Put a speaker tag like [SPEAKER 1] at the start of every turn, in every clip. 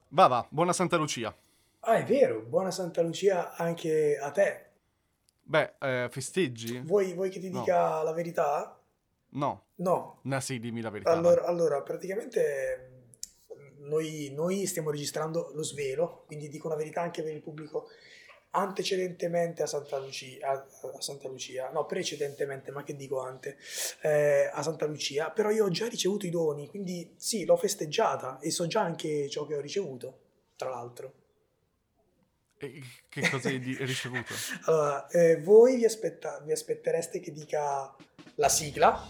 [SPEAKER 1] Va, buona Santa Lucia.
[SPEAKER 2] Ah, è vero, buona Santa Lucia anche a te.
[SPEAKER 1] Beh, festeggi?
[SPEAKER 2] Vuoi che ti
[SPEAKER 1] No,
[SPEAKER 2] dica la verità?
[SPEAKER 1] no.
[SPEAKER 2] No.
[SPEAKER 1] No, sì, dimmi la verità, vai.
[SPEAKER 2] Allora, praticamente noi stiamo registrando lo svelo, quindi dico la verità anche per il pubblico. Antecedentemente a Santa Lucia, a Santa Lucia, no, precedentemente, ma che dico a Santa Lucia, però io ho già ricevuto i doni, quindi sì, l'ho festeggiata e so già anche ciò che ho ricevuto, tra l'altro.
[SPEAKER 1] E che cosa hai ricevuto?
[SPEAKER 2] Allora, voi vi aspettereste che dica la sigla?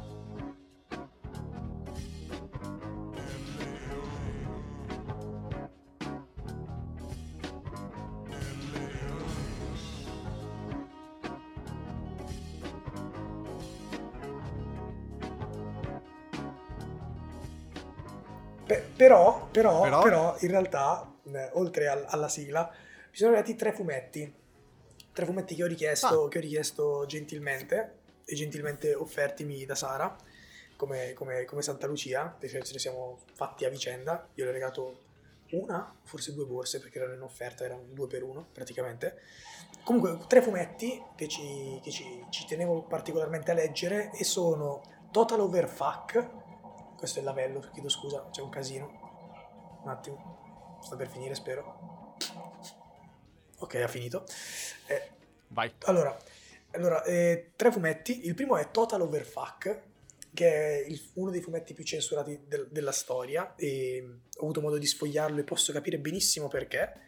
[SPEAKER 1] Però?
[SPEAKER 2] Però, in realtà, oltre alla sigla, mi sono arrivati tre fumetti
[SPEAKER 1] Ah,
[SPEAKER 2] che ho richiesto gentilmente, e gentilmente offertimi da Sara, come Santa Lucia, perché ce ne siamo fatti a vicenda. Io le ho regalato una, forse due borse, perché erano in offerta, erano due per uno, praticamente. Comunque, tre fumetti ci tenevo particolarmente a leggere e sono Total Overfuck. Questo è il lavello, chiedo scusa, c'è un casino. Un attimo, sta per finire, spero. Ok, ha finito. Eh,
[SPEAKER 1] vai.
[SPEAKER 2] tre fumetti. Il primo è Total Overfuck, che è uno dei fumetti più censurati della storia, e ho avuto modo di sfogliarlo e posso capire benissimo perché.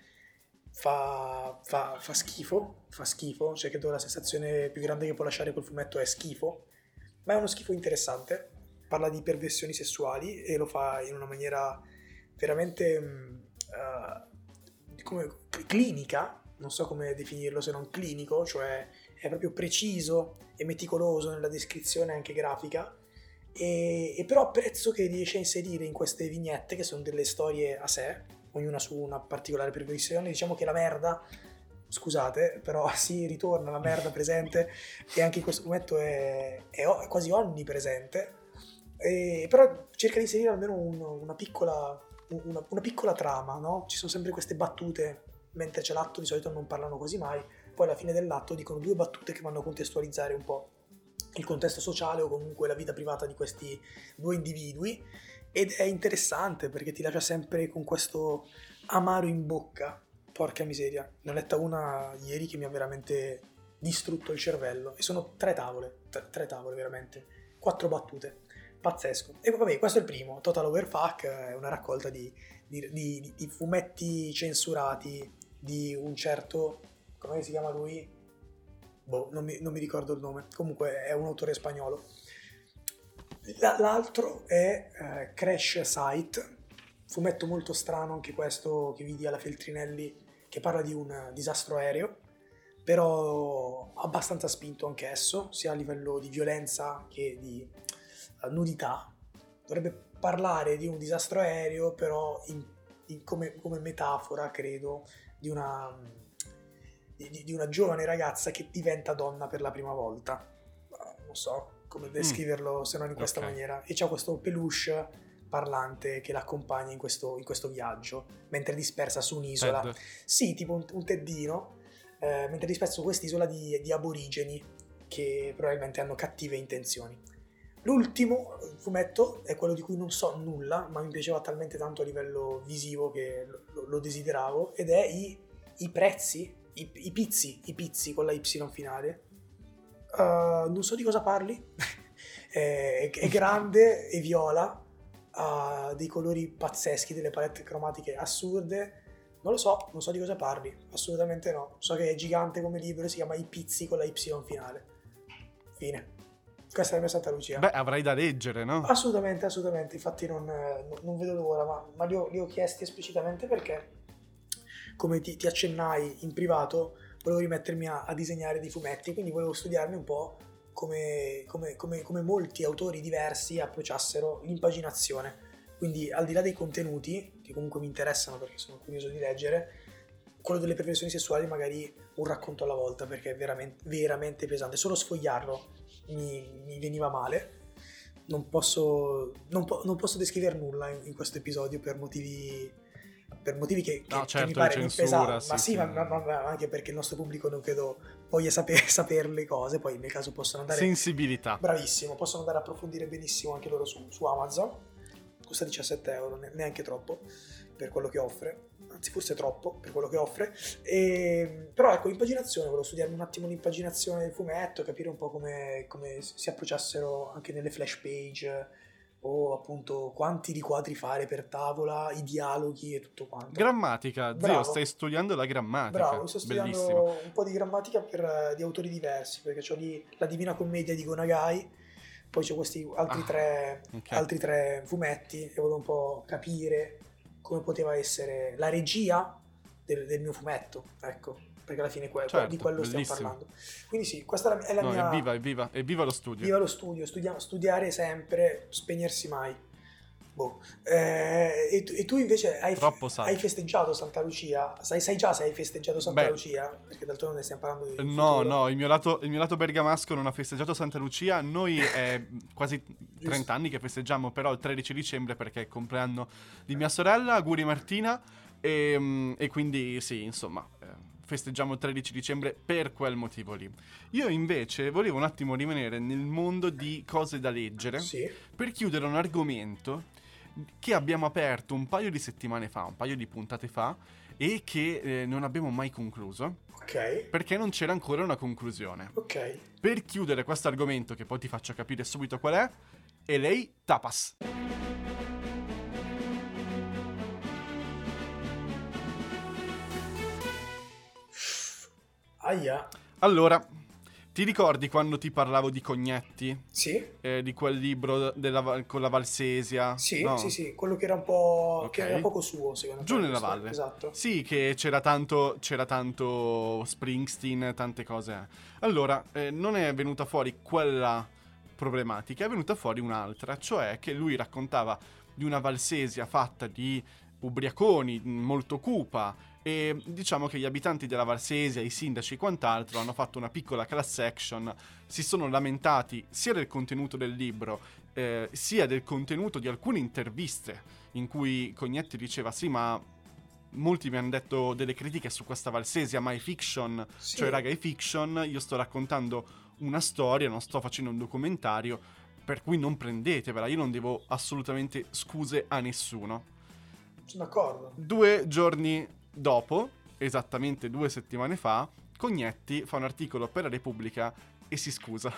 [SPEAKER 2] Fa schifo, cioè credo la sensazione più grande che può lasciare quel fumetto è schifo, ma è uno schifo interessante. Parla di perversioni sessuali e lo fa in una maniera veramente clinica, non so come definirlo se non clinico, cioè è proprio preciso e meticoloso nella descrizione anche grafica, e però apprezzo che riesce a inserire in queste vignette, che sono delle storie a sé, ognuna su una particolare perversione, diciamo che la merda, scusate, però sì, ritorna la merda presente, e anche in questo fumetto è quasi onnipresente, però cerca di inserire almeno una piccola trama, no? Ci sono sempre queste battute, mentre c'è l'atto di solito non parlano quasi mai, poi alla fine dell'atto dicono due battute che vanno a contestualizzare un po' il contesto sociale o comunque la vita privata di questi due individui, ed è interessante perché ti lascia sempre con questo amaro in bocca. Porca miseria, ne ho letta una ieri che mi ha veramente distrutto il cervello, e sono tre tavole veramente, quattro battute, pazzesco. E vabbè, questo è il primo, Total Overfuck, è una raccolta di fumetti censurati di un certo, come si chiama lui? Boh, non mi ricordo il nome, comunque è un autore spagnolo. L'altro è Crash Site, fumetto molto strano anche questo che vidi alla Feltrinelli, che parla di un disastro aereo, però abbastanza spinto anch'esso, sia a livello di violenza che di nudità. Dovrebbe parlare di un disastro aereo, però come metafora, credo, di di una giovane ragazza che diventa donna per la prima volta. Non so come descriverlo se non in questa
[SPEAKER 1] Ok.
[SPEAKER 2] maniera. E c'è questo peluche parlante che l'accompagna in questo viaggio, mentre è dispersa su un'isola.
[SPEAKER 1] Ted.
[SPEAKER 2] Sì, tipo un teddino, mentre è dispersa su quest'isola di aborigeni che probabilmente hanno cattive intenzioni. L'ultimo fumetto è quello di cui non so nulla, ma mi piaceva talmente tanto a livello visivo che lo desideravo, ed è i prezzi, i pizzi con la Y finale. Non so di cosa parli. È grande e viola, ha dei colori pazzeschi, delle palette cromatiche assurde. Non lo so, non so di cosa parli, assolutamente no. So che è gigante come libro, si chiama I pizzi con la Y finale. Fine. Questa è la mia Santa Lucia.
[SPEAKER 1] Beh, avrai da leggere, no?
[SPEAKER 2] Assolutamente, assolutamente, infatti non vedo l'ora, ma li ho chiesti esplicitamente perché, come ti accennai in privato, volevo rimettermi a disegnare dei fumetti, quindi volevo studiarmi un po' come molti autori diversi approcciassero l'impaginazione. Quindi, al di là dei contenuti, che comunque mi interessano perché sono curioso di leggere, quello delle perversioni sessuali magari un racconto alla volta, perché è veramente, veramente pesante. Solo sfogliarlo mi veniva male. Non posso descrivere nulla in questo episodio per motivi per motivi che
[SPEAKER 1] certo,
[SPEAKER 2] mi pare non
[SPEAKER 1] censura,
[SPEAKER 2] pesano, ma
[SPEAKER 1] sì.
[SPEAKER 2] ma anche perché il nostro pubblico non credo voglia sapere le cose, poi nel caso possono andare...
[SPEAKER 1] Sensibilità.
[SPEAKER 2] Bravissimo, possono andare a approfondire benissimo anche loro su Amazon, costa 17 euro, neanche troppo per quello che offre, anzi forse troppo per quello che offre, però ecco l'impaginazione, volevo studiare un attimo l'impaginazione del fumetto, capire un po' come si approcciassero anche nelle flash page, o appunto quanti riquadri fare per tavola, i dialoghi e tutto quanto.
[SPEAKER 1] Grammatica,
[SPEAKER 2] Bravo.
[SPEAKER 1] zio, stai studiando la grammatica.
[SPEAKER 2] Bravo, sto studiando
[SPEAKER 1] Bellissimo.
[SPEAKER 2] un po' di grammatica di autori diversi, perché c'ho lì la Divina Commedia di Go Nagai, poi c'ho questi altri tre fumetti e volevo un po' capire come poteva essere la regia del mio fumetto, ecco, perché alla fine
[SPEAKER 1] Certo,
[SPEAKER 2] di quello stiamo
[SPEAKER 1] bellissimo.
[SPEAKER 2] parlando. Quindi sì, questa è la mia...
[SPEAKER 1] Evviva lo studio.
[SPEAKER 2] Viva lo studio, studiare sempre, spegnersi mai. Boh. E tu invece hai festeggiato Santa Lucia? Sai già se hai festeggiato Santa Lucia? Perché d'altronde stiamo parlando di futuro.
[SPEAKER 1] No, il mio lato bergamasco non ha festeggiato Santa Lucia. Noi è quasi 30 anni che festeggiamo però il 13 dicembre perché è il compleanno di mia sorella, auguri Martina, e quindi sì, insomma, festeggiamo il 13 dicembre per quel motivo lì. Io invece volevo un attimo rimanere nel mondo di cose da leggere,
[SPEAKER 2] sì,
[SPEAKER 1] per chiudere un argomento che abbiamo aperto un paio di settimane fa, un paio di puntate fa, e che non abbiamo mai concluso.
[SPEAKER 2] Ok.
[SPEAKER 1] Perché non c'era ancora una conclusione.
[SPEAKER 2] Ok.
[SPEAKER 1] Per chiudere questo argomento, che poi ti faccio capire subito qual è LA Tapas.
[SPEAKER 2] Aia.
[SPEAKER 1] Allora, ti ricordi quando ti parlavo di Cognetti?
[SPEAKER 2] Sì.
[SPEAKER 1] Di quel libro con la Valsesia?
[SPEAKER 2] Sì,
[SPEAKER 1] no?
[SPEAKER 2] sì, quello che era un po'...
[SPEAKER 1] Ok.
[SPEAKER 2] che era poco suo, secondo me.
[SPEAKER 1] Giù nella valle.
[SPEAKER 2] Esatto.
[SPEAKER 1] Sì, che c'era tanto Springsteen, tante cose. Allora, non è venuta fuori quella problematica, è venuta fuori un'altra, cioè che lui raccontava di una Valsesia fatta di ubriaconi, molto cupa, e diciamo che gli abitanti della Valsesia, i sindaci e quant'altro hanno fatto una piccola class action, si sono lamentati sia del contenuto del libro sia del contenuto di alcune interviste in cui Cognetti diceva sì, ma molti mi hanno detto delle critiche su questa Valsesia, ma è fiction,
[SPEAKER 2] Sì.
[SPEAKER 1] cioè raga è fiction, io sto raccontando una storia, non sto facendo un documentario, per cui non prendetevela, io non devo assolutamente scuse a nessuno.
[SPEAKER 2] Sono d'accordo.
[SPEAKER 1] 2 giorni dopo, esattamente 2 settimane fa, Cognetti fa un articolo per la Repubblica e si scusa.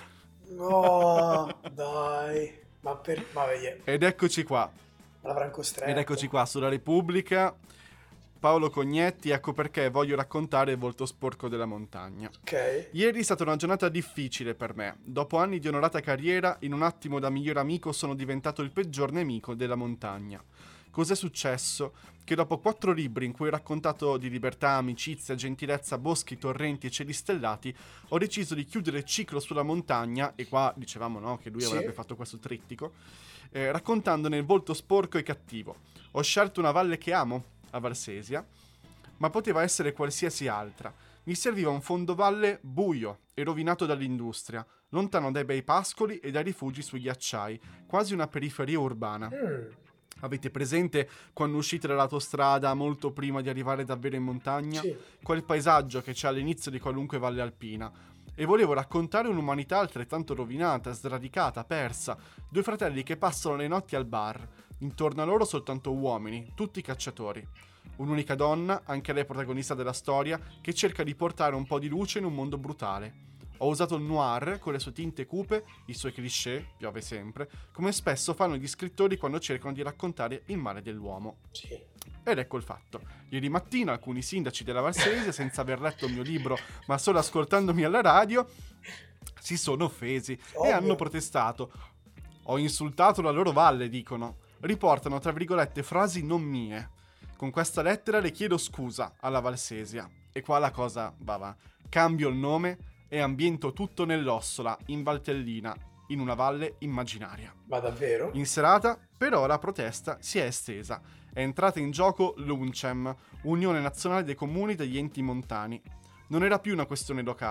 [SPEAKER 2] No, dai. Ma vedi.
[SPEAKER 1] Ed eccoci qua.
[SPEAKER 2] L'avranno costretto.
[SPEAKER 1] Ed eccoci qua sulla Repubblica. Paolo Cognetti, ecco perché voglio raccontare il volto sporco della montagna.
[SPEAKER 2] Ok.
[SPEAKER 1] Ieri è stata una giornata difficile per me. Dopo anni di onorata carriera, in un attimo da miglior amico sono diventato il peggior nemico della montagna. Cos'è successo? Che dopo 4 libri in cui ho raccontato di libertà, amicizia, gentilezza, boschi, torrenti e cieli stellati, ho deciso di chiudere il ciclo sulla montagna, e qua dicevamo no, che lui avrebbe fatto questo trittico, raccontandone il volto sporco e cattivo. Ho scelto una valle che amo, a Valsesia, ma poteva essere qualsiasi altra. Mi serviva un fondovalle buio e rovinato dall'industria, lontano dai bei pascoli e dai rifugi sui ghiacciai, quasi una periferia urbana. Avete presente quando uscite dall'autostrada molto prima di arrivare davvero in montagna?
[SPEAKER 2] Sì.
[SPEAKER 1] Quel paesaggio che c'è all'inizio di qualunque valle alpina. E volevo raccontare un'umanità altrettanto rovinata, sradicata, persa. 2 fratelli che passano le notti al bar. Intorno a loro soltanto uomini, tutti cacciatori. Un'unica donna, anche lei protagonista della storia, che cerca di portare un po' di luce in un mondo brutale. Ho usato il noir con le sue tinte cupe, i suoi cliché, piove sempre, come spesso fanno gli scrittori quando cercano di raccontare il male dell'uomo.
[SPEAKER 2] Sì.
[SPEAKER 1] Ed ecco il fatto. Ieri mattina alcuni sindaci della Valsesia, senza aver letto il mio libro, ma solo ascoltandomi alla radio, si sono offesi e hanno protestato. Ho insultato la loro valle, dicono. Riportano, tra virgolette, frasi non mie. Con questa lettera le chiedo scusa alla Valsesia. E qua la cosa va. Cambio il nome e ambiento tutto nell'Ossola, in Valtellina, in una valle immaginaria.
[SPEAKER 2] Ma davvero?
[SPEAKER 1] In serata, però, la protesta si è estesa. È entrata in gioco l'UNCEM, Unione Nazionale dei Comuni degli Enti Montani. Non era più una questione locale.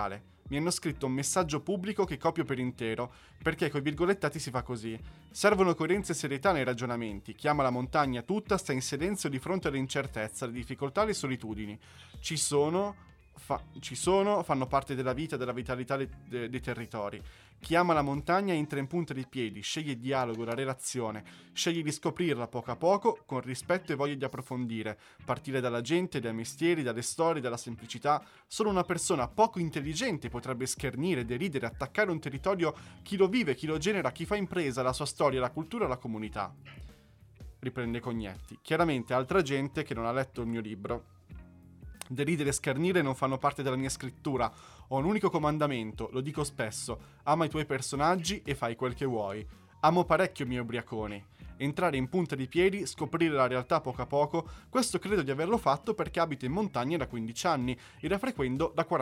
[SPEAKER 1] mi hanno scritto un messaggio pubblico che copio per intero, perché coi virgolettati si fa così. Servono coerenza e serietà nei ragionamenti. Chi ama la montagna tutta sta in silenzio di fronte alle incertezze, alle difficoltà e alle solitudini. Ci sono, fanno parte della vita e della vitalità dei territori. Chi ama la montagna entra in punta di piedi, sceglie il dialogo, la relazione, sceglie di scoprirla poco a poco, con rispetto e voglia di approfondire, partire dalla gente, dai mestieri, dalle storie, dalla semplicità. Solo una persona poco intelligente potrebbe schernire, deridere, attaccare un territorio, chi lo vive, chi lo genera, chi fa impresa, la sua storia, la cultura e la comunità. Riprende Cognetti. Chiaramente altra gente che non ha letto il mio libro. Deridere e schernire non fanno parte della mia scrittura. Ho un unico comandamento, lo dico spesso: ama i tuoi personaggi e fai quel che vuoi. Amo parecchio i miei ubriaconi. Entrare in punta di piedi, scoprire la realtà poco a poco, questo credo di averlo fatto perché abito in montagna da 15 anni e la frequento da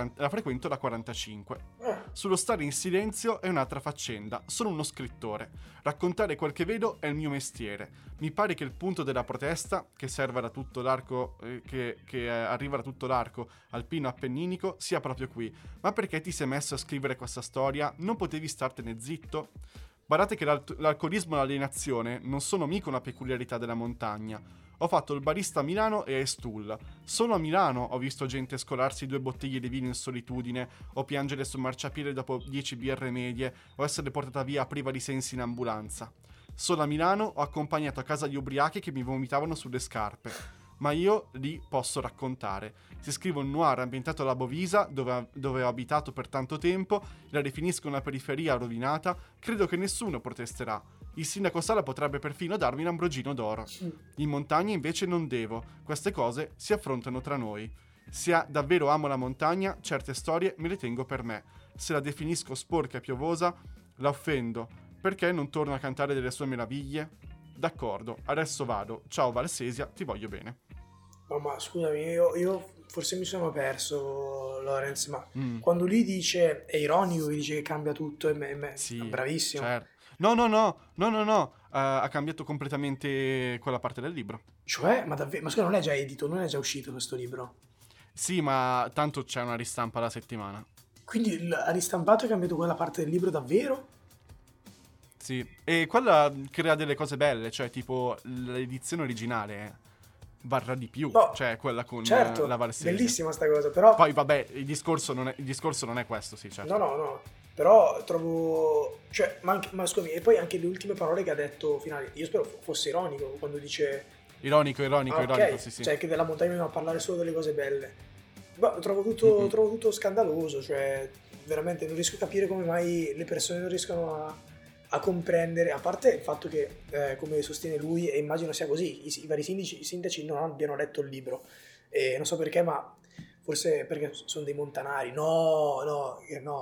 [SPEAKER 1] 45. Sullo stare in silenzio è un'altra faccenda, sono uno scrittore. Raccontare quel che vedo è il mio mestiere. Mi pare che il punto della protesta, che serve da tutto l'arco, che arriva da tutto l'arco alpino appenninico, sia proprio qui. Ma perché ti sei messo a scrivere questa storia? Non potevi startene zitto? Guardate che l'alcolismo e l'alienazione non sono mica una peculiarità della montagna. Ho fatto il barista a Milano e a Estul. Solo a Milano ho visto gente scolarsi 2 bottiglie di vino in solitudine, o piangere sul marciapiede dopo 10 birre medie, o essere portata via priva di sensi in ambulanza. Solo a Milano ho accompagnato a casa gli ubriachi che mi vomitavano sulle scarpe. Ma io lì posso raccontare. Se scrivo un noir ambientato alla Bovisa, dove ho abitato per tanto tempo, la definisco una periferia rovinata, credo che nessuno protesterà. Il sindaco Sala potrebbe perfino darmi un Ambrogino d'oro. In montagna invece non devo. Queste cose si affrontano tra noi. Se davvero amo la montagna, certe storie me le tengo per me. Se la definisco sporca e piovosa, la offendo. Perché non torno a cantare delle sue meraviglie? D'accordo, adesso vado. Ciao Valsesia, ti voglio bene.
[SPEAKER 2] No, ma scusami, io forse mi sono perso, Lorenz, ma quando lui dice, è ironico, che dice che cambia tutto,
[SPEAKER 1] Sì,
[SPEAKER 2] bravissimo.
[SPEAKER 1] certo. No. Ha cambiato completamente quella parte del libro.
[SPEAKER 2] Cioè, ma davvero, ma scusa, non è già edito, non è già uscito questo libro?
[SPEAKER 1] Sì, ma tanto c'è una ristampa alla settimana.
[SPEAKER 2] Quindi ha ristampato e cambiato quella parte del libro davvero?
[SPEAKER 1] Sì, e quella crea delle cose belle, cioè tipo l'edizione originale varrà di più,
[SPEAKER 2] No,
[SPEAKER 1] cioè quella con
[SPEAKER 2] certo,
[SPEAKER 1] la Valsesia.
[SPEAKER 2] bellissima sta cosa, però...
[SPEAKER 1] Poi vabbè, il discorso non è questo, sì, certo.
[SPEAKER 2] No, però trovo... Cioè, ma scusami, e poi anche le ultime parole che ha detto finali, io spero fosse ironico quando dice...
[SPEAKER 1] Ironico,
[SPEAKER 2] ok,
[SPEAKER 1] sì.
[SPEAKER 2] cioè che della montagna dobbiamo parlare solo delle cose belle. Ma trovo tutto scandaloso, cioè veramente non riesco a capire come mai le persone non riescono a comprendere, a parte il fatto che, come sostiene lui, e immagino sia così, i vari sindaci non abbiano letto il libro, e non so perché, ma forse perché sono dei montanari. No.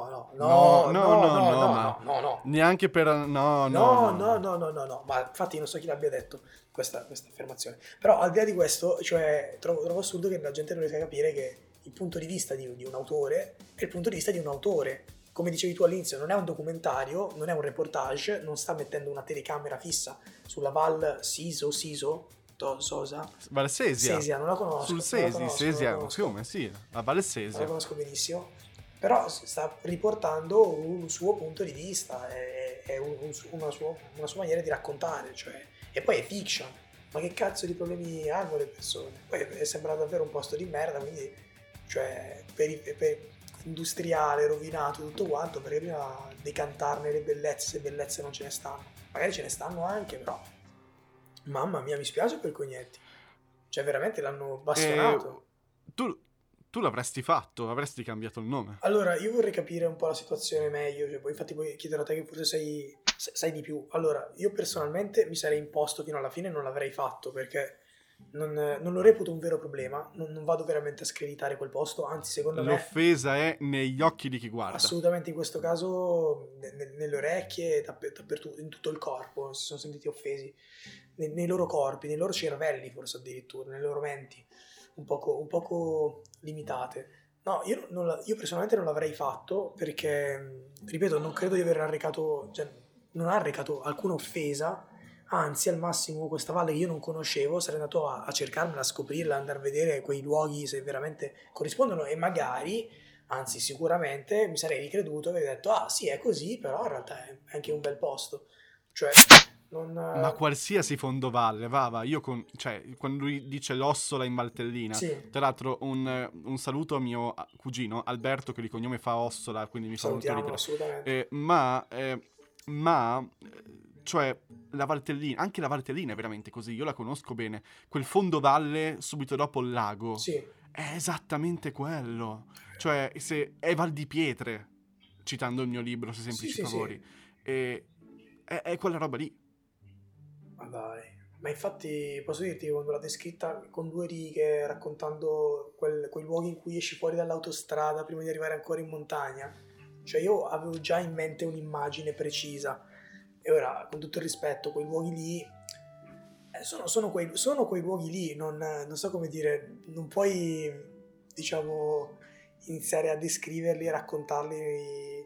[SPEAKER 1] Neanche per... No.
[SPEAKER 2] No, ma infatti non so chi l'abbia detto questa affermazione. Però al di là di questo, cioè, trovo assurdo che la gente non riesca a capire che il punto di vista di un autore è il punto di vista di un autore. Come dicevi tu all'inizio, non è un documentario, non è un reportage, non sta mettendo una telecamera fissa sulla Val Sosa.
[SPEAKER 1] Valsesia.
[SPEAKER 2] Non la conosco.
[SPEAKER 1] Sul Sesi, Sesia è un fiume, sì, a Valsesia.
[SPEAKER 2] Non la conosco benissimo, però sta riportando un suo punto di vista, è una sua maniera di raccontare, cioè, e poi è fiction. Ma che cazzo di problemi hanno le persone? Poi sembra davvero un posto di merda, quindi, cioè, per industriale, rovinato, tutto quanto, perché prima decantarne le bellezze, se bellezze non ce ne stanno. Magari ce ne stanno anche, però... Mamma mia, mi spiace per Cognetti. Cioè, veramente l'hanno bastonato.
[SPEAKER 1] Tu l'avresti fatto, avresti cambiato il nome.
[SPEAKER 2] Allora, io vorrei capire un po' la situazione meglio, cioè, infatti poi chiederò a te che forse sai di più. Allora, io personalmente mi sarei imposto fino alla fine e non l'avrei fatto, perché non lo reputo un vero problema, non vado veramente a screditare quel posto, anzi secondo me...
[SPEAKER 1] L'offesa è negli occhi di chi guarda.
[SPEAKER 2] Assolutamente, in questo caso nelle orecchie, dappertutto, in tutto il corpo, si sono sentiti offesi, nei loro corpi, nei loro cervelli forse addirittura, nelle loro menti, un poco limitate. No, io personalmente non l'avrei fatto perché, ripeto, non credo di aver arrecato, cioè, non ha arrecato alcuna offesa, anzi al massimo questa valle che io non conoscevo sarei andato a cercarmela, a scoprirla, andare a vedere quei luoghi se veramente corrispondono e magari anzi sicuramente mi sarei ricreduto e avrei detto ah sì è così, però in realtà è anche un bel posto, cioè non...
[SPEAKER 1] Ma qualsiasi fondovalle, io cioè, quando lui dice l'Ossola in Valtellina,
[SPEAKER 2] Sì,
[SPEAKER 1] tra l'altro un saluto a mio cugino Alberto, che di cognome fa Ossola, quindi mi fa molto
[SPEAKER 2] salutiamolo
[SPEAKER 1] ridere.
[SPEAKER 2] assolutamente.
[SPEAKER 1] Cioè, la Valtellina, anche la Valtellina è veramente così, io la conosco bene. Quel fondovalle subito dopo il lago
[SPEAKER 2] Sì,
[SPEAKER 1] è esattamente quello. Cioè, se è Val di Pietre, citando il mio libro, Se
[SPEAKER 2] sì,
[SPEAKER 1] semplici
[SPEAKER 2] sì, sì.
[SPEAKER 1] favori, e è quella roba lì.
[SPEAKER 2] Ma dai, ma infatti posso dirti quando l'ha descritta con 2 righe raccontando quei luoghi in cui esci fuori dall'autostrada prima di arrivare ancora in montagna, cioè io avevo già in mente un'immagine precisa e ora con tutto il rispetto quei luoghi lì sono quei luoghi lì, non so come dire, non puoi diciamo iniziare a descriverli e raccontarli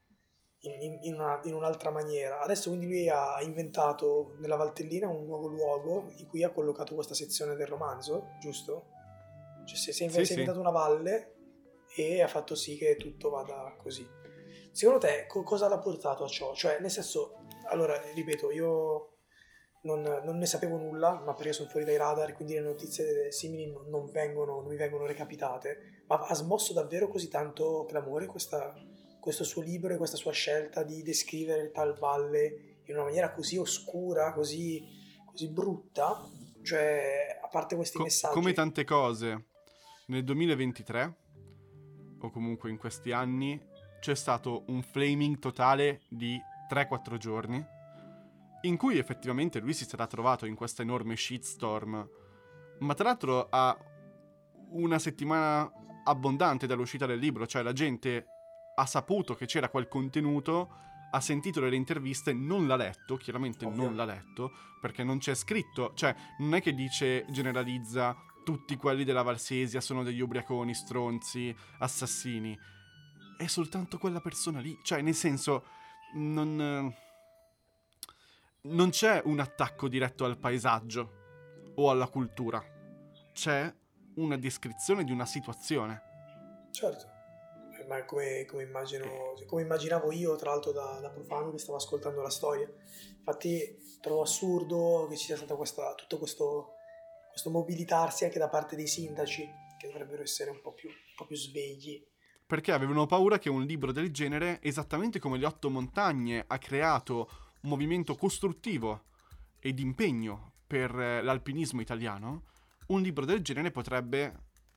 [SPEAKER 2] in un'altra maniera. Adesso quindi lui ha inventato nella Valtellina un nuovo luogo in cui ha collocato questa sezione del romanzo, giusto? Cioè si è
[SPEAKER 1] Sì.
[SPEAKER 2] inventato una valle e ha fatto sì che tutto vada così. Secondo te cosa l'ha portato a ciò? Cioè, nel senso, allora, ripeto, io non ne sapevo nulla, ma perché sono fuori dai radar, quindi le notizie simili non mi vengono recapitate, ma ha smosso davvero così tanto clamore questo suo libro e questa sua scelta di descrivere tal valle in una maniera così oscura, così brutta, cioè a parte questi
[SPEAKER 1] Come
[SPEAKER 2] messaggi.
[SPEAKER 1] tante cose, nel 2023, o comunque in questi anni, c'è stato un flaming totale di 3-4 giorni, in cui effettivamente lui si sarà trovato in questa enorme shitstorm, ma tra l'altro a una settimana abbondante dall'uscita del libro, cioè la gente ha saputo che c'era quel contenuto, ha sentito delle interviste, non l'ha letto, chiaramente
[SPEAKER 2] Ovvio.
[SPEAKER 1] non l'ha letto, perché non c'è scritto, cioè non è che dice, generalizza, tutti quelli della Valsesia sono degli ubriaconi, stronzi, assassini, è soltanto quella persona lì, cioè nel senso non c'è un attacco diretto al paesaggio o alla cultura, c'è una descrizione di una situazione.
[SPEAKER 2] Certo, ma come immaginavo io, tra l'altro da profano che stavo ascoltando la storia. Infatti trovo assurdo che ci sia stato tutto questo mobilitarsi anche da parte dei sindaci, che dovrebbero essere un po' più svegli.
[SPEAKER 1] Perché avevano paura che un libro del genere, esattamente come Le Otto Montagne ha creato un movimento costruttivo e di impegno per l'alpinismo italiano, un libro del genere potrebbe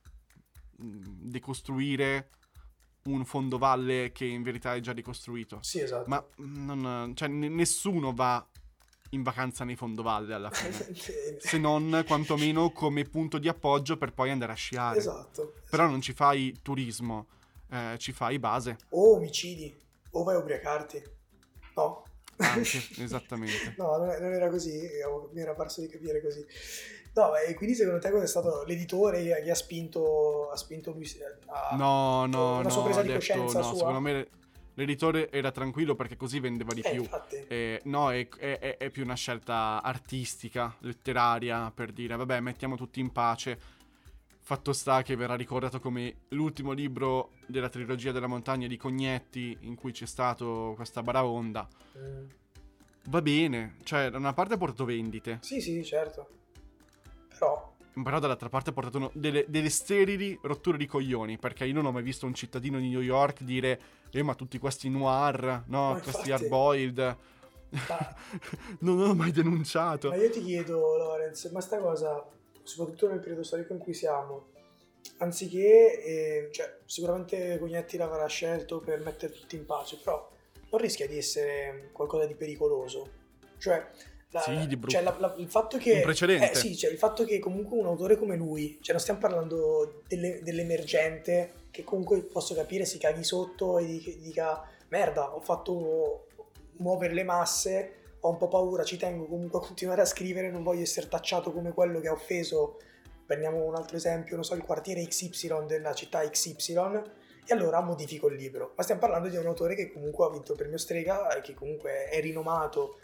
[SPEAKER 1] decostruire un fondovalle che in verità è già ricostruito.
[SPEAKER 2] Sì, esatto.
[SPEAKER 1] Ma cioè, nessuno va in vacanza nei fondovalle alla fine, se non quantomeno come punto di appoggio per poi andare a sciare.
[SPEAKER 2] Esatto.
[SPEAKER 1] Però non ci fai turismo, ci fai base.
[SPEAKER 2] O omicidi, o vai a ubriacarti. No?
[SPEAKER 1] Anche, esattamente.
[SPEAKER 2] No, non era così, mi era parso di capire così. No, e quindi secondo te cosa è stato l'editore che ha spinto lui
[SPEAKER 1] No,
[SPEAKER 2] una sua presa
[SPEAKER 1] ha
[SPEAKER 2] di
[SPEAKER 1] detto
[SPEAKER 2] coscienza
[SPEAKER 1] no,
[SPEAKER 2] sua?
[SPEAKER 1] secondo me l'editore era tranquillo perché così vendeva di più.
[SPEAKER 2] Infatti.
[SPEAKER 1] No, è più una scelta artistica, letteraria, per dire, vabbè, mettiamo tutti in pace. Fatto sta che verrà ricordato come l'ultimo libro della trilogia della montagna di Cognetti, in cui c'è stato questa baraonda. Va bene, cioè da una parte ha portato vendite,
[SPEAKER 2] Sì, sì, certo.
[SPEAKER 1] però dall'altra parte ha portato delle sterili rotture di coglioni, perché io non ho mai visto un cittadino di New York dire ma tutti questi noir, no,
[SPEAKER 2] Ma
[SPEAKER 1] questi
[SPEAKER 2] infatti,
[SPEAKER 1] hard-boiled,
[SPEAKER 2] ma,
[SPEAKER 1] non ho mai denunciato.
[SPEAKER 2] ma io ti chiedo, Lorenz, ma sta cosa, soprattutto nel periodo storico in cui siamo, anziché, cioè, sicuramente Cognetti l'avrà scelto per mettere tutti in pace, però non rischia di essere qualcosa di pericoloso. Cioè,
[SPEAKER 1] Sì, di brutto.
[SPEAKER 2] cioè il fatto
[SPEAKER 1] Un
[SPEAKER 2] che...
[SPEAKER 1] precedente.
[SPEAKER 2] sì, cioè il fatto che comunque un autore come lui, cioè non stiamo parlando dell'emergente, che comunque posso capire si caghi sotto e dica merda, ho fatto muovere le masse, ho un po' paura, ci tengo comunque a continuare a scrivere, non voglio essere tacciato come quello che ha offeso, prendiamo un altro esempio, non so, il quartiere XY della città XY, e allora modifico il libro. Ma stiamo parlando di un autore che comunque ha vinto il premio Strega e che comunque è rinomato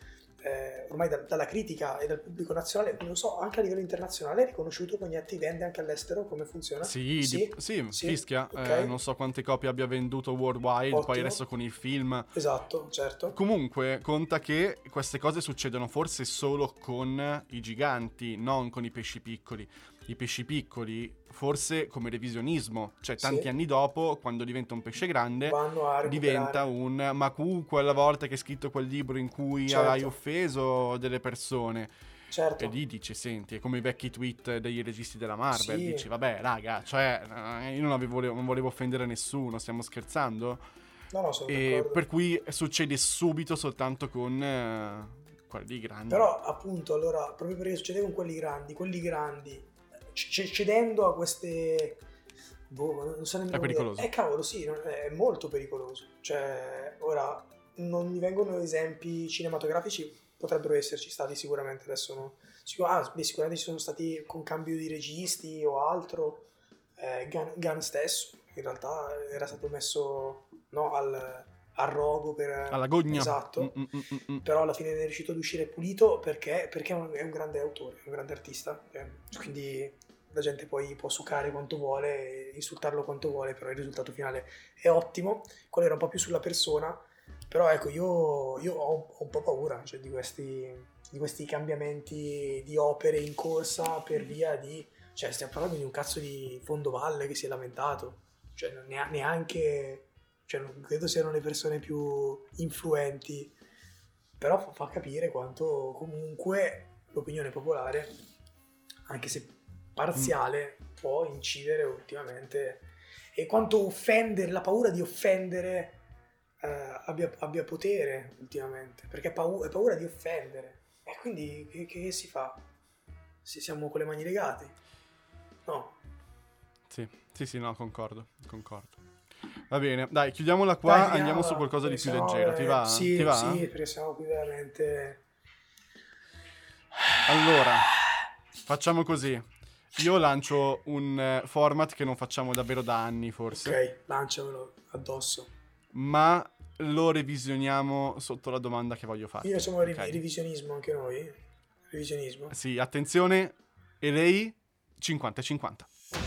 [SPEAKER 2] ormai dalla critica e dal pubblico nazionale, non so, anche a livello internazionale è riconosciuto. Cognetti vende anche all'estero, come funziona?
[SPEAKER 1] Sì, sì, fischia.
[SPEAKER 2] Ok,
[SPEAKER 1] Non so quante copie abbia venduto worldwide, poi
[SPEAKER 2] ottimo,
[SPEAKER 1] adesso con il film.
[SPEAKER 2] esatto, certo,
[SPEAKER 1] Comunque, conta che queste cose succedono forse solo con i giganti, non con i pesci piccoli. I pesci piccoli, forse come revisionismo, cioè tanti
[SPEAKER 2] sì,
[SPEAKER 1] anni dopo, quando diventa un pesce grande,
[SPEAKER 2] vanno a
[SPEAKER 1] diventa
[SPEAKER 2] recuperare,
[SPEAKER 1] ma tu quella volta che hai scritto quel libro in cui hai
[SPEAKER 2] certo,
[SPEAKER 1] offeso delle persone. E
[SPEAKER 2] certo,
[SPEAKER 1] lì dici, senti, è come i vecchi tweet dei registi della Marvel,
[SPEAKER 2] sì,
[SPEAKER 1] dici, vabbè, raga, cioè, io non volevo offendere nessuno, stiamo scherzando?
[SPEAKER 2] no, sono
[SPEAKER 1] E
[SPEAKER 2] d'accordo.
[SPEAKER 1] per cui succede subito soltanto con quelli grandi.
[SPEAKER 2] Però appunto, allora, proprio perché succede con quelli grandi, cedendo a queste, boh, non so
[SPEAKER 1] È
[SPEAKER 2] nemmeno come dire,
[SPEAKER 1] pericoloso.
[SPEAKER 2] cavolo, sì, è molto pericoloso. Cioè, ora, non mi vengono esempi cinematografici, potrebbero esserci stati sicuramente, adesso no. Sicuramente ci sono stati con cambio di registi o altro. Gunn stesso in realtà era stato messo, no, al rogo
[SPEAKER 1] Alla
[SPEAKER 2] per...
[SPEAKER 1] gogna.
[SPEAKER 2] Esatto,
[SPEAKER 1] Mm.
[SPEAKER 2] però alla fine è riuscito ad uscire pulito perché è un grande autore, è un grande artista, quindi la gente poi può succare quanto vuole, insultarlo quanto vuole, però il risultato finale è ottimo. Quello era un po' più sulla persona, però ecco, io ho un po' paura, cioè, di questi cambiamenti di opere in corsa per via di... Cioè, stiamo parlando di un cazzo di fondovalle che si è lamentato, cioè non neanche... Cioè, non credo siano le persone più influenti, però fa capire quanto comunque l'opinione popolare, anche se
[SPEAKER 1] Mm.
[SPEAKER 2] parziale, può incidere ultimamente, e quanto offendere, la paura di offendere abbia potere ultimamente, perché è paura di offendere. E quindi che si fa? Se siamo con le mani legate? No.
[SPEAKER 1] Sì, no, concordo. Va bene, dai, chiudiamola
[SPEAKER 2] Dai,
[SPEAKER 1] qua, andiamo su
[SPEAKER 2] chiudiamola,
[SPEAKER 1] qualcosa di
[SPEAKER 2] perché
[SPEAKER 1] più
[SPEAKER 2] sennò
[SPEAKER 1] leggero, ti va? Ti
[SPEAKER 2] sì,
[SPEAKER 1] va?
[SPEAKER 2] sì, perché sennò qui veramente...
[SPEAKER 1] Allora, facciamo così. Io lancio un format che non facciamo davvero da anni, forse,
[SPEAKER 2] Ok, lanciamelo addosso.
[SPEAKER 1] ma lo revisioniamo sotto la domanda che voglio
[SPEAKER 2] Quindi
[SPEAKER 1] farti,
[SPEAKER 2] facciamo
[SPEAKER 1] ok?
[SPEAKER 2] revisionismo anche noi? Revisionismo?
[SPEAKER 1] Sì, attenzione, e lei 50-50.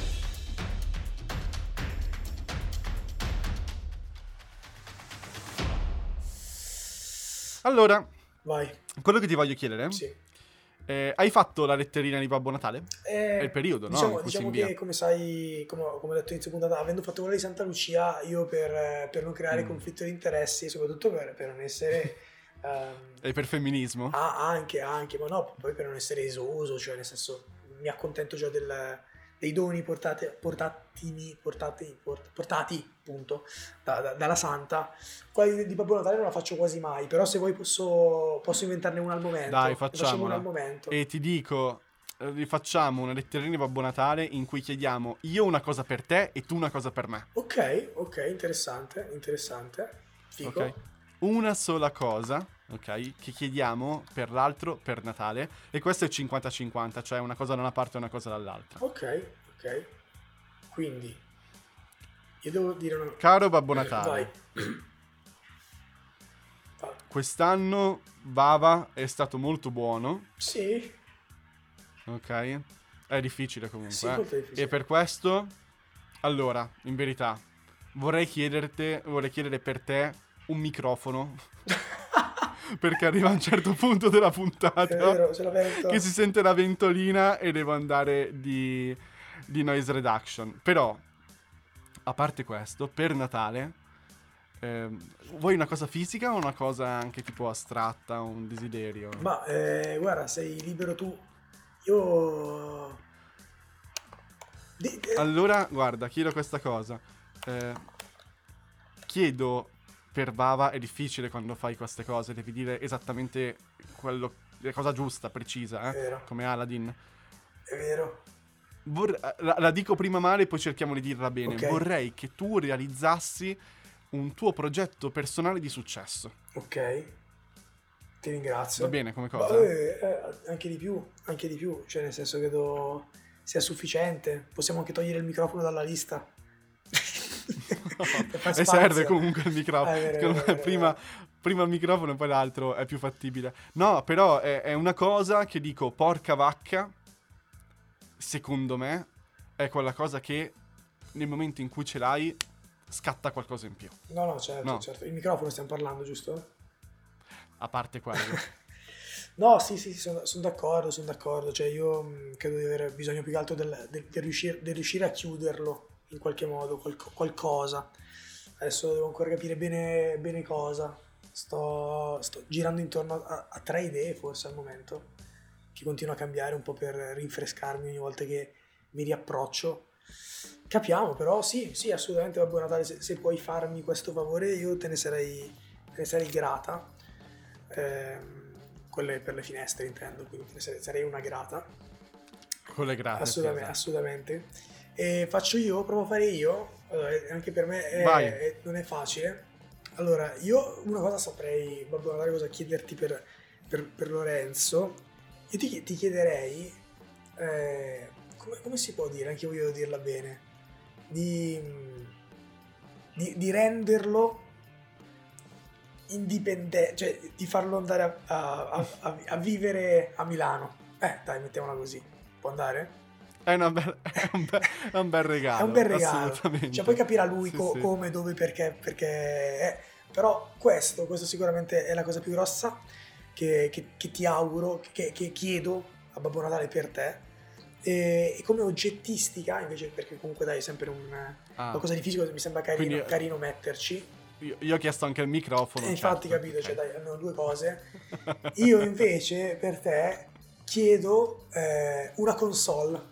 [SPEAKER 1] Allora,
[SPEAKER 2] Vai,
[SPEAKER 1] quello che ti voglio chiedere,
[SPEAKER 2] sì.
[SPEAKER 1] hai fatto la letterina di Babbo Natale? È il periodo, no? In cui si
[SPEAKER 2] Diciamo
[SPEAKER 1] invia.
[SPEAKER 2] che, come sai, come ho detto inizio puntata, avendo fatto quella di Santa Lucia, io per non creare
[SPEAKER 1] Mm.
[SPEAKER 2] conflitto di interessi, soprattutto per non essere... ehm,
[SPEAKER 1] E per femminismo?
[SPEAKER 2] anche, ma no, poi per non essere esoso, cioè nel senso mi accontento già dei doni portati appunto dalla Santa. Quella di Babbo Natale non la faccio quasi mai, però se vuoi posso inventarne una al
[SPEAKER 1] Dai,
[SPEAKER 2] momento, ne facciamo una al
[SPEAKER 1] facciamola.
[SPEAKER 2] momento.
[SPEAKER 1] E ti dico, rifacciamo una letterina di Babbo Natale in cui chiediamo io una cosa per te e tu una cosa per me.
[SPEAKER 2] Ok, interessante,
[SPEAKER 1] Ok?
[SPEAKER 2] figo.
[SPEAKER 1] Una sola cosa, ok? Che chiediamo per l'altro per Natale. E questo è 50-50, cioè una cosa da una parte e una cosa dall'altra.
[SPEAKER 2] Ok, quindi io devo dire una...
[SPEAKER 1] Caro Babbo
[SPEAKER 2] Vai.
[SPEAKER 1] Natale,
[SPEAKER 2] Vai.
[SPEAKER 1] quest'anno Bava è stato molto buono,
[SPEAKER 2] Sì,
[SPEAKER 1] ok? È difficile
[SPEAKER 2] sì,
[SPEAKER 1] comunque,
[SPEAKER 2] molto
[SPEAKER 1] eh? E
[SPEAKER 2] difficile.
[SPEAKER 1] per questo, allora, in verità, vorrei chiedere per te un microfono, perché arriva a un certo punto della
[SPEAKER 2] È
[SPEAKER 1] puntata
[SPEAKER 2] vero, ce la
[SPEAKER 1] che
[SPEAKER 2] vento.
[SPEAKER 1] si sente la ventolina e devo andare di noise reduction. Però, a parte questo, per Natale, vuoi una cosa fisica o una cosa anche tipo astratta, un desiderio?
[SPEAKER 2] Ma guarda, sei libero tu. Io...
[SPEAKER 1] Allora, guarda, chiedo questa cosa. Eh, chiedo per Bava, è difficile quando fai queste cose, devi dire esattamente la cosa giusta, precisa,
[SPEAKER 2] È vero,
[SPEAKER 1] come Aladdin.
[SPEAKER 2] è vero.
[SPEAKER 1] La dico prima male, poi cerchiamo di dirla bene.
[SPEAKER 2] Ok,
[SPEAKER 1] Vorrei che tu realizzassi un tuo progetto personale di successo.
[SPEAKER 2] ok, ti
[SPEAKER 1] Va
[SPEAKER 2] ringrazio.
[SPEAKER 1] bene come
[SPEAKER 2] Ma
[SPEAKER 1] cosa?
[SPEAKER 2] anche di più, cioè nel senso credo sia sufficiente. Possiamo anche togliere il microfono dalla lista. per far
[SPEAKER 1] E serve
[SPEAKER 2] spazio.
[SPEAKER 1] comunque il microfono.
[SPEAKER 2] È vero, è
[SPEAKER 1] Secondo
[SPEAKER 2] vero,
[SPEAKER 1] me
[SPEAKER 2] è vero, è vero.
[SPEAKER 1] prima il microfono e poi l'altro è più fattibile. No, però è una cosa che dico, porca vacca, secondo me, è quella cosa che nel momento in cui ce l'hai scatta qualcosa in più.
[SPEAKER 2] No, no, certo,
[SPEAKER 1] No,
[SPEAKER 2] certo. Il microfono stiamo parlando, giusto?
[SPEAKER 1] a parte quello.
[SPEAKER 2] No, sì, sì, sono d'accordo, sono d'accordo. Cioè, io credo di avere bisogno più che altro di riuscire a chiuderlo in qualche modo, qualcosa. Adesso devo ancora capire bene, bene cosa. Sto girando intorno a tre idee forse al momento, che continuo a cambiare un po' per rinfrescarmi ogni volta che mi riapproccio. Capiamo, però sì, sì, assolutamente Babbo Natale, se puoi farmi questo favore io te ne sarei grata. Quelle per le finestre intendo, quindi te ne sarei una grata.
[SPEAKER 1] Con le grate, sì,
[SPEAKER 2] Assolutamente,
[SPEAKER 1] esatto.
[SPEAKER 2] assolutamente. E faccio io, provo a fare io. Allora, anche per me
[SPEAKER 1] Vai.
[SPEAKER 2] non è facile. Allora, io una cosa saprei, Babbo Natale, cosa chiederti per Lorenzo. Io ti chiederei, come si può dire, anche io voglio dirla bene, di, di renderlo indipendente, cioè di farlo andare a vivere a Milano. Dai, mettiamola così. Può andare?
[SPEAKER 1] È un bel
[SPEAKER 2] È un bel
[SPEAKER 1] regalo,
[SPEAKER 2] regalo. Cioè, poi
[SPEAKER 1] assolutamente.
[SPEAKER 2] capirà lui
[SPEAKER 1] Sì, sì.
[SPEAKER 2] come, dove, perché però questo sicuramente è la cosa più grossa che ti auguro, che chiedo a Babbo Natale per te. E come oggettistica, invece, perché comunque dai, è sempre
[SPEAKER 1] Ah,
[SPEAKER 2] qualcosa di fisico, mi sembra
[SPEAKER 1] quindi
[SPEAKER 2] carino metterci.
[SPEAKER 1] io ho chiesto anche il
[SPEAKER 2] E
[SPEAKER 1] microfono,
[SPEAKER 2] infatti,
[SPEAKER 1] certo.
[SPEAKER 2] capito, cioè
[SPEAKER 1] Ok.
[SPEAKER 2] dai, almeno due cose. Io invece per te chiedo una console.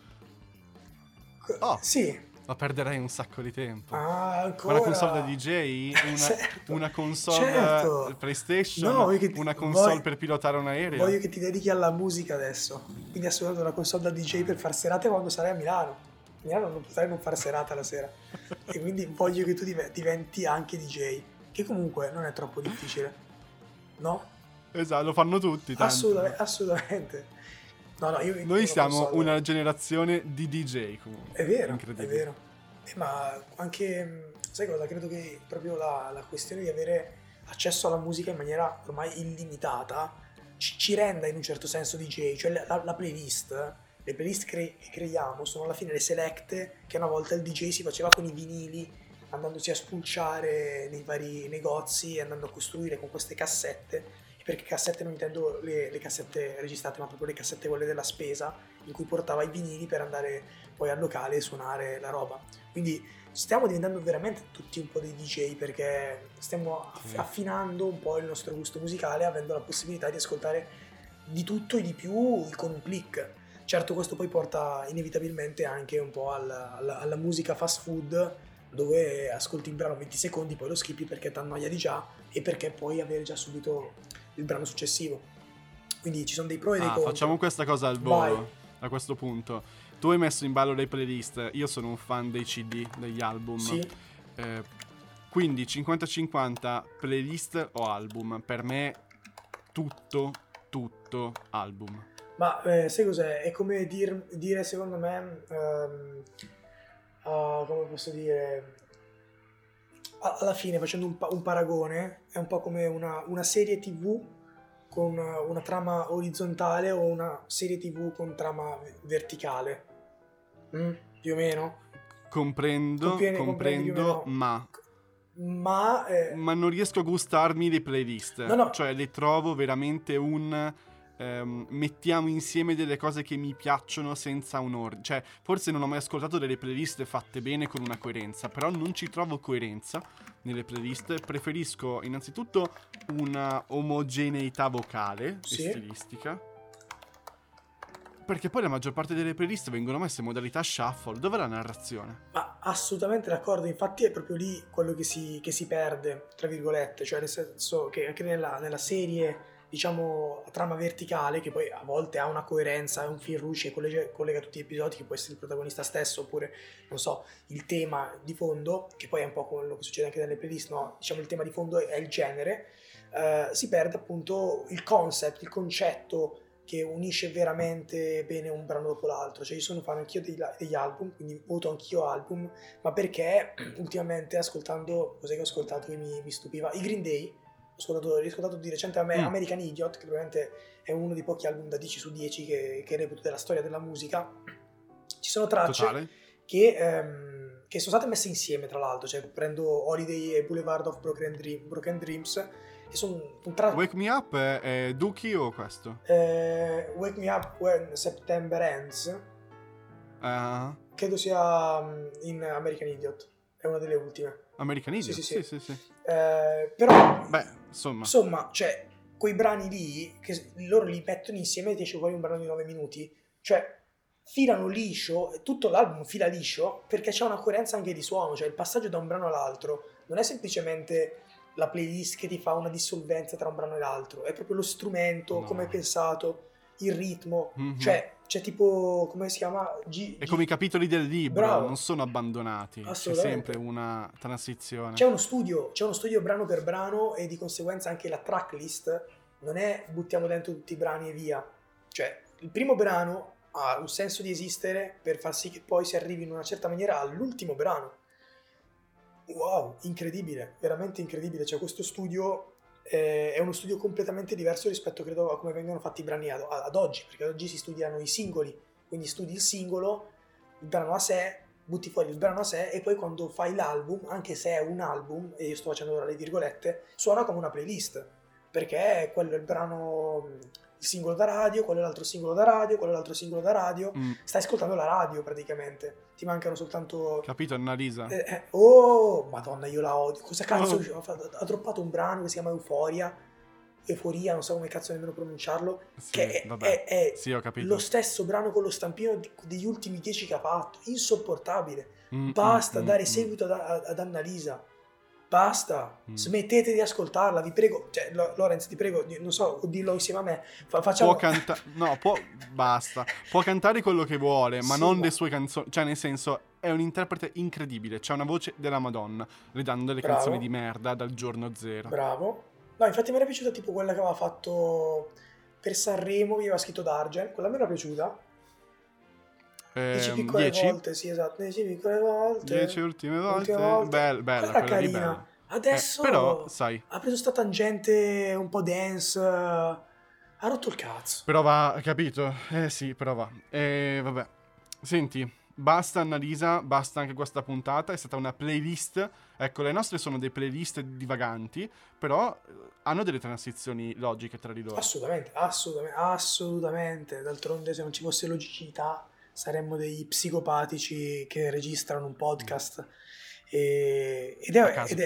[SPEAKER 1] Oh,
[SPEAKER 2] Sì,
[SPEAKER 1] ma perderei un sacco di tempo. Ma una console da
[SPEAKER 2] ancora.
[SPEAKER 1] DJ?
[SPEAKER 2] Certo,
[SPEAKER 1] Una console
[SPEAKER 2] certo. No,
[SPEAKER 1] PlayStation? Una console
[SPEAKER 2] voglio,
[SPEAKER 1] per pilotare un aereo?
[SPEAKER 2] voglio che ti dedichi alla musica adesso. Quindi assolutamente una console da DJ per far serate quando sarai a Milano. A Milano non potrai non fare serata la sera. E quindi voglio che tu diventi anche DJ. Che comunque non è troppo difficile. No?
[SPEAKER 1] Esatto, lo fanno tutti, tanto.
[SPEAKER 2] Assolutamente, assolutamente. No, no, io
[SPEAKER 1] Noi
[SPEAKER 2] una
[SPEAKER 1] siamo
[SPEAKER 2] console.
[SPEAKER 1] una generazione di DJ comunque.
[SPEAKER 2] È vero, è
[SPEAKER 1] Incredibile.
[SPEAKER 2] vero. Ma anche, sai cosa? Credo che proprio la questione di avere accesso alla musica in maniera ormai illimitata ci renda in un certo senso DJ. Cioè la playlist, le playlist che creiamo sono alla fine le selecte che una volta il DJ si faceva con i vinili, andandosi a spulciare nei vari negozi, andando a costruire con queste cassette. Perché cassette non intendo le cassette registrate, ma proprio le cassette quelle della spesa, in cui portava i vinili per andare poi al locale e suonare la roba. Quindi stiamo diventando veramente tutti un po' dei DJ perché stiamo
[SPEAKER 1] Sì.
[SPEAKER 2] affinando un po' il nostro gusto musicale, avendo la possibilità di ascoltare di tutto e di più con un click. Certo, questo poi porta inevitabilmente anche un po' alla musica fast food, dove ascolti il brano 20 secondi, poi lo skippi perché ti annoia di già e perché puoi avere già subito il brano successivo. Quindi ci sono dei pro e dei
[SPEAKER 1] Ah,
[SPEAKER 2] contro.
[SPEAKER 1] facciamo questa cosa al
[SPEAKER 2] Vai.
[SPEAKER 1] volo. A questo punto. Tu hai messo in ballo le playlist. Io sono un fan dei CD, degli album.
[SPEAKER 2] Sì.
[SPEAKER 1] Quindi 50-50 playlist o album. Per me tutto album.
[SPEAKER 2] Ma sai cos'è? È come dire secondo me, come posso dire, alla fine facendo un paragone, è un po' come una serie TV con una trama orizzontale o una serie TV con trama verticale. Più o meno?
[SPEAKER 1] Comprendi più o
[SPEAKER 2] Comprendo,
[SPEAKER 1] meno,
[SPEAKER 2] ma
[SPEAKER 1] ma non riesco a gustarmi le playlist.
[SPEAKER 2] no,
[SPEAKER 1] Cioè, le trovo veramente mettiamo insieme delle cose che mi piacciono senza un ordine. Cioè, forse non ho mai ascoltato delle playlist fatte bene con una coerenza, però non ci trovo coerenza nelle playlist. Preferisco innanzitutto una omogeneità vocale
[SPEAKER 2] Sì.
[SPEAKER 1] e stilistica, perché poi la maggior parte delle playlist vengono messe in modalità shuffle. Dov'è la narrazione?
[SPEAKER 2] Ma assolutamente d'accordo, infatti è proprio lì quello che si perde, tra virgolette, cioè nel senso che anche nella serie, diciamo, a trama verticale, che poi a volte ha una coerenza, è un fil rouge che collega tutti gli episodi, che può essere il protagonista stesso, oppure, non so, il tema di fondo, che poi è un po' quello che succede anche nelle playlist, no? Diciamo il tema di fondo è il genere, si perde appunto il concept, il concetto che unisce veramente bene un brano dopo l'altro. Cioè io sono fan anch'io degli album, quindi voto anch'io album, ma perché ultimamente ascoltando, cos'è che ho ascoltato che mi stupiva? I Green Day, ho riscoltato di recente American Idiot, che probabilmente è uno dei pochi album da 10 su 10 che reputo della storia della musica. Ci sono tracce che sono state messe insieme, tra l'altro, cioè prendo Holiday e Boulevard of Broken Dreams, che sono
[SPEAKER 1] Wake Me Up è Dookie o questo?
[SPEAKER 2] Wake Me Up When September Ends, credo sia in American Idiot, è una delle ultime.
[SPEAKER 1] American Idiot? Sì.
[SPEAKER 2] Però,
[SPEAKER 1] beh,
[SPEAKER 2] insomma, cioè, quei brani lì, che loro li mettono insieme e ti esce fuori un brano di 9 minuti, cioè filano liscio, tutto l'album fila liscio, perché c'è una coerenza anche di suono, cioè il passaggio da un brano all'altro non è semplicemente la playlist che ti fa una dissolvenza tra un brano e l'altro, è proprio lo strumento, come è pensato, il ritmo, cioè c'è tipo, come si chiama?
[SPEAKER 1] È come i capitoli del libro,
[SPEAKER 2] bravo.
[SPEAKER 1] Non sono abbandonati, c'è sempre una transizione.
[SPEAKER 2] C'è uno studio brano per brano e di conseguenza anche la tracklist non è buttiamo dentro tutti i brani e via, cioè il primo brano ha un senso di esistere per far sì che poi si arrivi in una certa maniera all'ultimo brano. Wow, incredibile, veramente incredibile. Cioè questo studio è uno studio completamente diverso rispetto, credo, a come vengono fatti i brani ad oggi, perché ad oggi si studiano i singoli, quindi studi il singolo, il brano a sé, butti fuori il brano a sé e poi quando fai l'album, anche se è un album, e io sto facendo ora le virgolette, suona come una playlist, perché quello è il brano, il singolo da radio, quello è l'altro singolo da radio, quello è l'altro singolo da radio, stai ascoltando la radio praticamente, ti mancano soltanto...
[SPEAKER 1] Capito, Annalisa?
[SPEAKER 2] Oh, madonna, io la odio, cosa cazzo ha droppato un brano che si chiama Euforia, non so come cazzo nemmeno pronunciarlo,
[SPEAKER 1] sì,
[SPEAKER 2] che è
[SPEAKER 1] sì, ho capito.
[SPEAKER 2] Lo stesso brano con lo stampino degli ultimi 10 che ha fatto, insopportabile, basta dare seguito ad Annalisa. Basta, smettete di ascoltarla, vi prego. Cioè, Lorenz, ti prego, non so, dillo insieme a me. Facciamo...
[SPEAKER 1] Basta. Può cantare quello che vuole, ma non le sue canzoni. Cioè, nel senso, è un interprete incredibile. C'ha una voce della Madonna, le dando delle canzoni di merda dal giorno zero.
[SPEAKER 2] Bravo. No, infatti mi era piaciuta tipo quella che aveva fatto per Sanremo, che aveva scritto D'Argent. Quella mi era piaciuta. 10 piccole volte, sì, esatto, 10 piccole volte.
[SPEAKER 1] 10 ultime volte. Bella,
[SPEAKER 2] quella carina. Bella. Adesso
[SPEAKER 1] però, sai,
[SPEAKER 2] ha preso sta tangente un po' dance, ha rotto il cazzo.
[SPEAKER 1] Però va, capito? Sì, però va. Vabbè. Senti, basta Annalisa, basta anche questa puntata, è stata una playlist. Ecco, le nostre sono dei playlist divaganti, però hanno delle transizioni logiche tra di loro.
[SPEAKER 2] Assolutamente. D'altronde se non ci fosse logicità saremmo degli psicopatici che registrano un podcast ed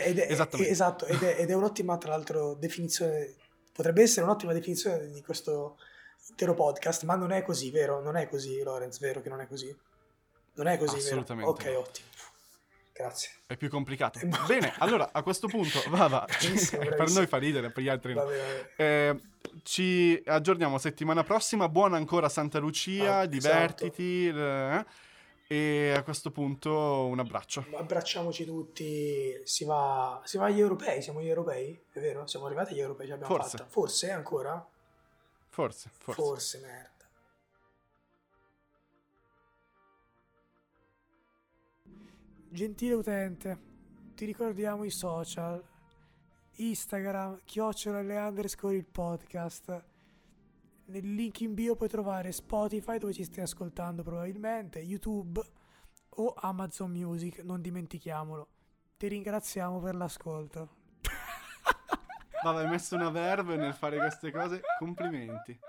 [SPEAKER 2] è un'ottima, tra l'altro, definizione, potrebbe essere un'ottima definizione di questo intero podcast, ma non è così, vero? Non è così, Lorenz, vero che non è così? Non è così,
[SPEAKER 1] assolutamente
[SPEAKER 2] vero? Ok,
[SPEAKER 1] no.
[SPEAKER 2] Ottimo. Grazie.
[SPEAKER 1] È più complicato. Bene, allora a questo punto va. Per noi fa ridere, per gli altri no.
[SPEAKER 2] Vabbè.
[SPEAKER 1] Ci aggiorniamo settimana prossima. Buona ancora Santa Lucia, divertiti. Esatto. E a questo punto un abbraccio.
[SPEAKER 2] Abbracciamoci tutti. Si va agli europei. Siamo agli europei? È vero? Siamo arrivati agli europei. Ce l'abbiamo fatta. Forse ancora?
[SPEAKER 1] Forse,
[SPEAKER 2] merda. Gentile utente, ti ricordiamo i social: Instagram, @Leander_ il podcast. Nel link in bio puoi trovare Spotify, dove ci stai ascoltando probabilmente, YouTube o Amazon Music, non dimentichiamolo. Ti ringraziamo per l'ascolto.
[SPEAKER 1] Vabbè, hai messo una verve nel fare queste cose, complimenti.